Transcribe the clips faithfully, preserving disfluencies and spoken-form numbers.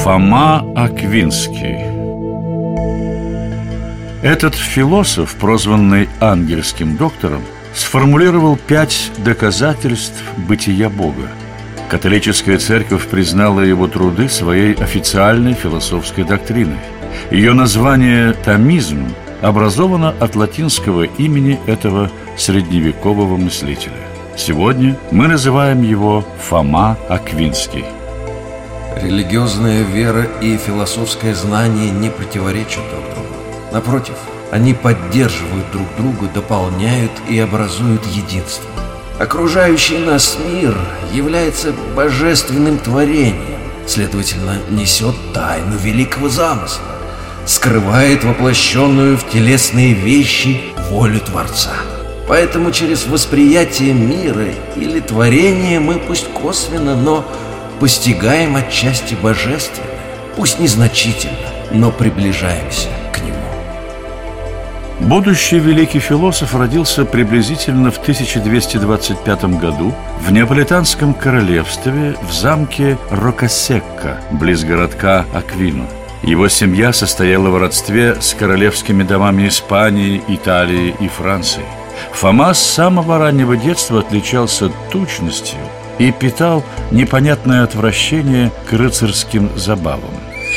Фома Аквинский. Этот философ, прозванный ангельским доктором, сформулировал пять доказательств бытия Бога. Католическая церковь признала его труды своей официальной философской доктриной. Ее название «томизм» образовано от латинского имени этого средневекового мыслителя. Сегодня мы называем его Фома Аквинский. Религиозная вера и философское знание не противоречат друг другу. Напротив, они поддерживают друг друга, дополняют и образуют единство. Окружающий нас мир является божественным творением, следовательно, несет тайну великого замысла, скрывает воплощенную в телесные вещи волю Творца. Поэтому через восприятие мира или творения мы пусть косвенно, но постигаем отчасти божественное, пусть незначительно, но приближаемся к нему. Будущий великий философ родился приблизительно в тысяча двести двадцать пятом году в Неаполитанском королевстве в замке Рокасекка, близ городка Аквино. Его семья состояла в родстве с королевскими домами Испании, Италии и Франции. Фома с самого раннего детства отличался тучностью и питал непонятное отвращение к рыцарским забавам.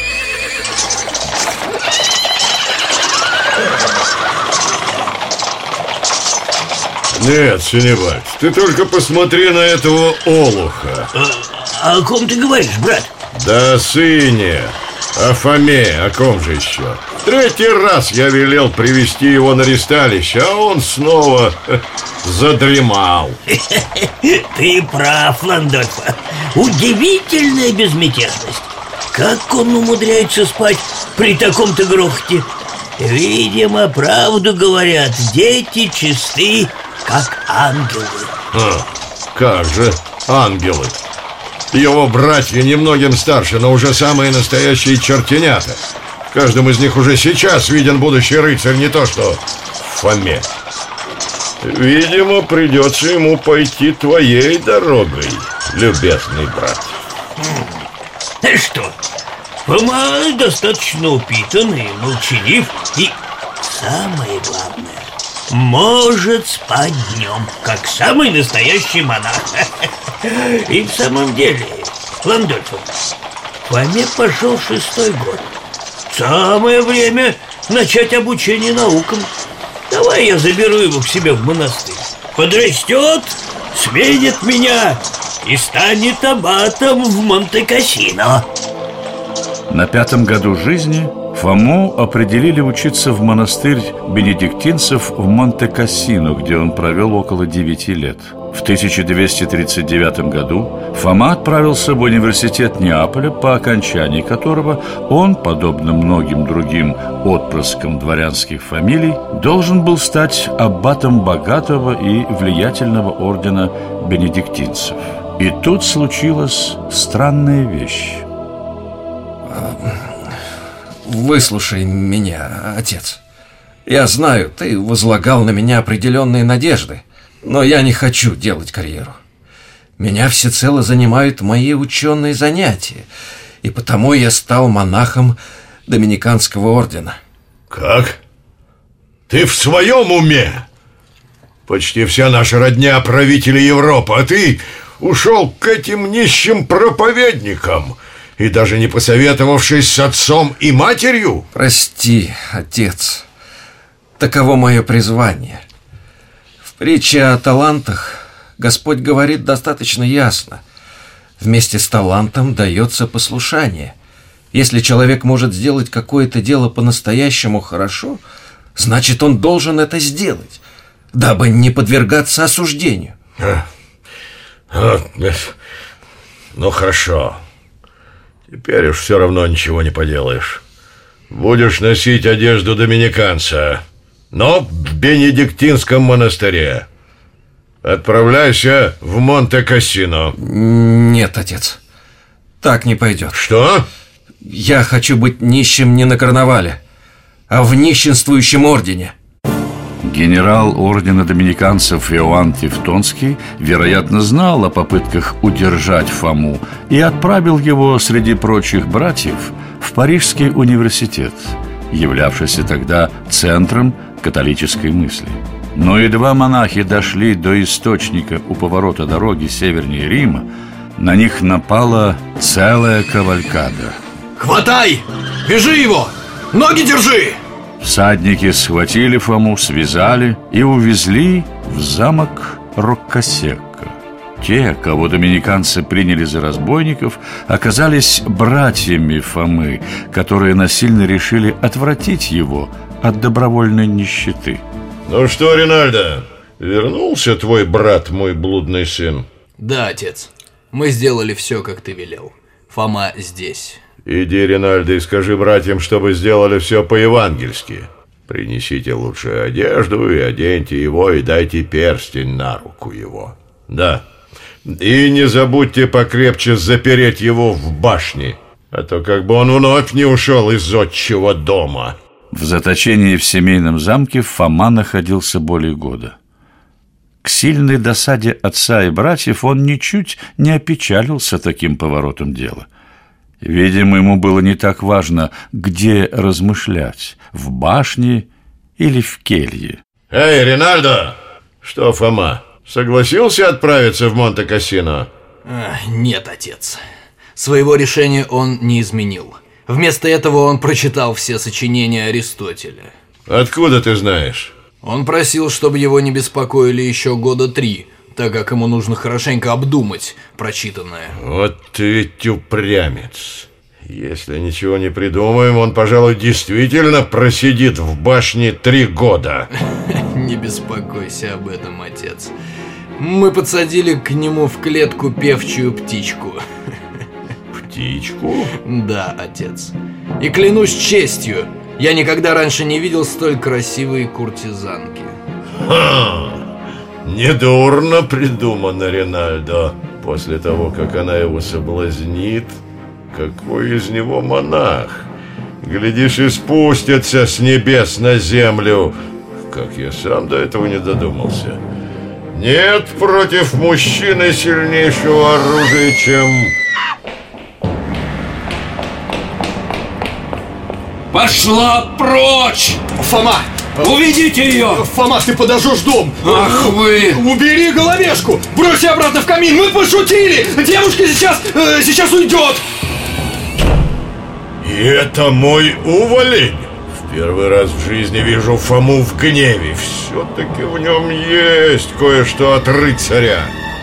Нет, Синебаль, ты только посмотри на этого олуха. А, о ком ты говоришь, брат? Да о сыне, о Фоме, о ком же еще? Третий раз я велел привести его на ристалище, а он снова задремал. Ты прав, Ландольфо. Удивительная безмятежность. Как он умудряется спать при таком-то грохоте? Видимо, правду говорят, дети чисты, как ангелы. А, как же ангелы? Его братья немногим старше, но уже самые настоящие чертенята. В каждом из них уже сейчас виден будущий рыцарь, не то что в Фоме. Видимо, придется ему пойти твоей дорогой, любезный брат. Хм. Что? Фома достаточно упитан и молчалив, и самое главное, может спать днем, как самый настоящий монах. И в самом деле, Ландольфо, Фоме пошел шестой год. Самое время начать обучение наукам. Давай я заберу его к себе в монастырь. Подрастет, сменит меня и станет аббатом в Монте-Кассино. На пятом году жизни Фому определили учиться в монастырь бенедиктинцев в Монте-Кассино, где он провел около девяти лет. В тысяча двести тридцать девятом году Фома отправился в университет Неаполя, по окончании которого он, подобно многим другим отпрыскам дворянских фамилий, должен был стать аббатом богатого и влиятельного ордена бенедиктинцев. И тут случилась странная вещь. Выслушай меня, отец. Я знаю, ты возлагал на меня определенные надежды, но я не хочу делать карьеру. Меня всецело занимают мои ученые занятия, и потому я стал монахом Доминиканского ордена. Как? Ты в своем уме? Почти вся наша родня правители Европы, а ты ушел к этим нищим проповедникам, и даже не посоветовавшись с отцом и матерью? Прости, отец. Таково мое призвание. В притче о талантах Господь говорит достаточно ясно. Вместе с талантом дается послушание. Если человек может сделать какое-то дело по-настоящему хорошо, значит, он должен это сделать, дабы не подвергаться осуждению. А, а, ну, хорошо. Теперь уж все равно ничего не поделаешь. Будешь носить одежду доминиканца, но в бенедиктинском монастыре. Отправляйся в Монте-Кассино. Нет, отец, так не пойдет. Что? Я хочу быть нищим не на карнавале, а в нищенствующем ордене. Генерал ордена доминиканцев Иоанн Тевтонский, вероятно, знал о попытках удержать Фому и отправил его, среди прочих братьев, в Парижский университет, являвшийся тогда центром католической мысли. Но едва монахи дошли до источника у поворота дороги севернее Рима, на них напала целая кавалькада. Хватай! Вяжи его! Ноги держи! Всадники схватили Фому, связали и увезли в замок Роккасекко. Те, кого доминиканцы приняли за разбойников, оказались братьями Фомы, которые насильно решили отвратить его от добровольной нищеты. Ну что, Ринальдо, вернулся твой брат, мой блудный сын? Да, отец. Мы сделали все, как ты велел. Фома здесь. Иди, Ринальдо, и скажи братьям, чтобы сделали все по-евангельски. Принесите лучшую одежду и оденьте его, и дайте перстень на руку его. Да. И не забудьте покрепче запереть его в башне, а то как бы он вновь не ушел из отчего дома. В заточении в семейном замке Фома находился более года. К сильной досаде отца и братьев он ничуть не опечалился таким поворотом дела. Видимо, ему было не так важно, где размышлять – в башне или в келье. Эй, Ринальдо! Что, Фома, согласился отправиться в Монте-Кассино? А, нет, отец. Своего решения он не изменил. Вместо этого он прочитал все сочинения Аристотеля. Откуда ты знаешь? Он просил, чтобы его не беспокоили еще года три, так как ему нужно хорошенько обдумать прочитанное. Вот ты ведь упрямец. Если ничего не придумаем, он, пожалуй, действительно просидит в башне три года. Не беспокойся об этом, отец. Мы подсадили к нему в клетку певчую птичку. Птичку? Да, отец. И клянусь честью, я никогда раньше не видел столь красивой куртизанки. Ха! Недурно придумано, Ринальдо. После того, как она его соблазнит, какой из него монах? Глядишь, и спустится с небес на землю. Как я сам до этого не додумался. Нет против мужчины сильнейшего оружия, чем... Пошла прочь! Фома! Уведите ее! Фома, ты подожжешь дом! Ах вы! Убери головешку! Брось ее обратно в камин! Мы пошутили! Девушка сейчас, э, сейчас уйдет! И это мой уволень! В первый раз в жизни вижу Фому в гневе. Все-таки в нем есть кое-что от рыцаря.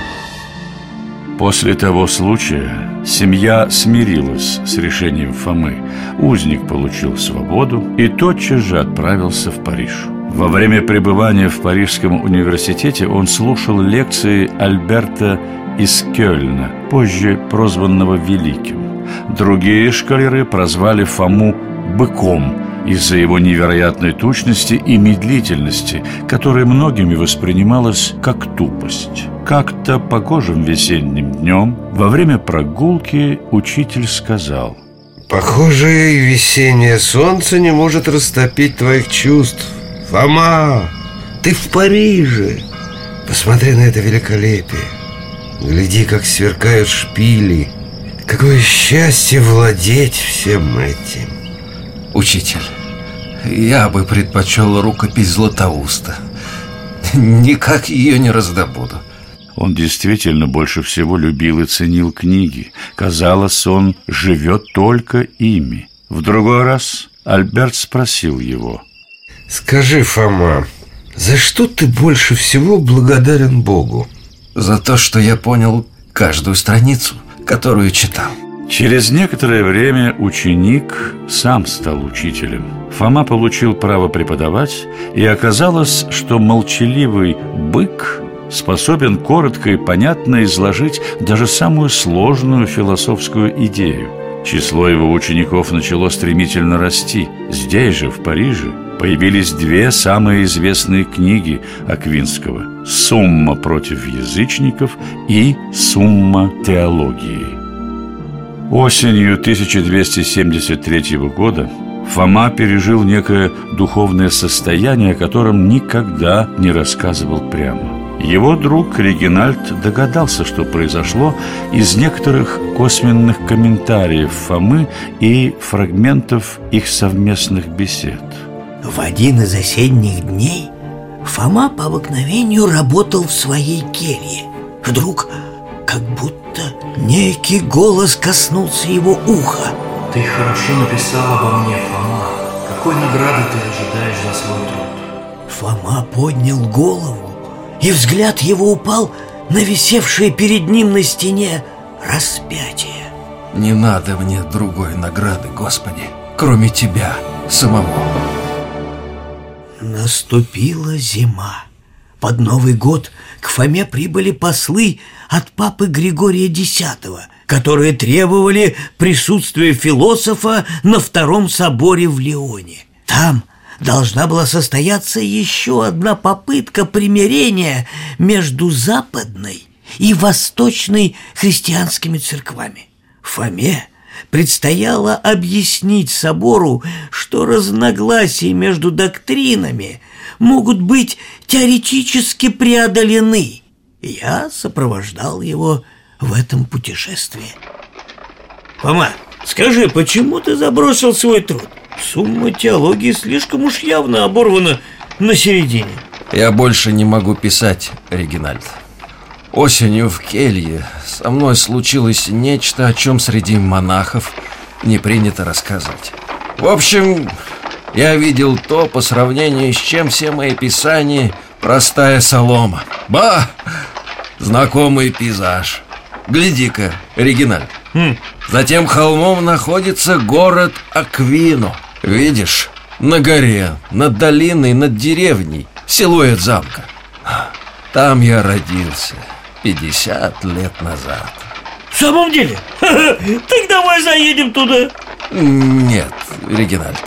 После того случая семья смирилась с решением Фомы. Узник получил свободу и тотчас же отправился в Париж. Во время пребывания в Парижском университете он слушал лекции Альберта из Кёльна, позже прозванного Великим. Другие школяры прозвали Фому «быком» из-за его невероятной тучности и медлительности, которая многими воспринималась как тупость. Как-то погожим весенним днем во время прогулки учитель сказал: «Похоже, и весеннее солнце не может растопить твоих чувств. Фома, ты в Париже. Посмотри на это великолепие. Гляди, как сверкают шпили. Какое счастье владеть всем этим». Учитель, я бы предпочел рукопись Златоуста. Никак ее не раздобуду. Он действительно больше всего любил и ценил книги. Казалось, он живет только ими. В другой раз Альберт спросил его: «Скажи, Фома, за что ты больше всего благодарен Богу?» За то, что я понял каждую страницу, которую читал. Через некоторое время ученик сам стал учителем. Фома получил право преподавать, и оказалось, что молчаливый бык способен коротко и понятно изложить даже самую сложную философскую идею. Число его учеников начало стремительно расти. Здесь же, в Париже, появились две самые известные книги Аквинского: «Сумма против язычников» и «Сумма теологии». Осенью тысяча двести семьдесят третьего года Фома пережил некое духовное состояние, о котором никогда не рассказывал прямо. Его друг Регинальд догадался, что произошло, из некоторых косвенных комментариев Фомы и фрагментов их совместных бесед. В один из осенних дней Фома по обыкновению работал в своей келье. Вдруг, как будто некий голос коснулся его уха. Ты хорошо написал обо мне, Фома. Какой награды ты ожидаешь за свой труд? Фома поднял голову, и взгляд его упал на висевшее перед ним на стене распятие. Не надо мне другой награды, Господи, кроме Тебя самого. Наступила зима. Под Новый год к Фоме прибыли послы от папы Григория Десятого, которые требовали присутствия философа на Втором соборе в Лионе. Там должна была состояться еще одна попытка примирения между западной и восточной христианскими церквами. Фоме предстояло объяснить собору, что разногласия между доктринами могут быть теоретически преодолены. Я сопровождал его в этом путешествии. Фома, скажи, почему ты забросил свой труд? Сумма теологии слишком уж явно оборвана на середине. Я больше не могу писать, Регинальд. Осенью в келье со мной случилось нечто, о чем среди монахов не принято рассказывать. В общем, я видел то, по сравнению с чем все мои писания — простая солома. Ба! Знакомый пейзаж. Гляди-ка, Регинальд. Хм. За тем холмом находится город Аквино. Видишь, на горе, над долиной, над деревней силуэт замка. Там я родился пятьдесят лет назад. В самом деле? Так давай заедем туда. Нет, Регинальд,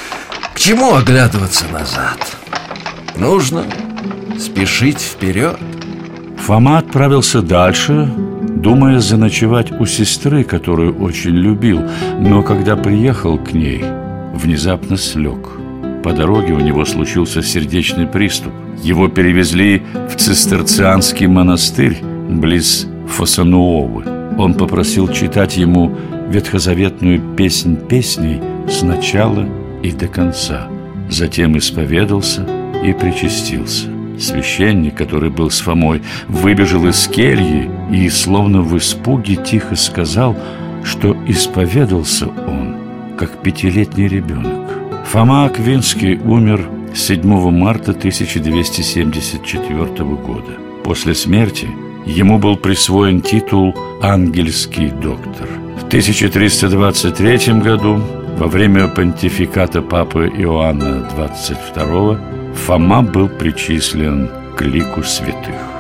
к чему оглядываться назад? Нужно спешить вперед. Фома отправился дальше, думая заночевать у сестры, которую очень любил, но когда приехал к ней, внезапно слег. По дороге у него случился сердечный приступ. Его перевезли в цистерцианский монастырь близ Фосануовы. Он попросил читать ему ветхозаветную «Песнь песней» с начала и до конца. Затем исповедался и причастился. Священник, который был с Фомой, выбежал из кельи и, словно в испуге, тихо сказал, что исповедался он, как пятилетний ребенок. Фома Аквинский умер седьмого марта тысяча двести семьдесят четвёртого года. После смерти ему был присвоен титул «Ангельский доктор». В тысяча триста двадцать третьем году, во время понтификата папы Иоанна двадцать второго, Фома был причислен к лику святых.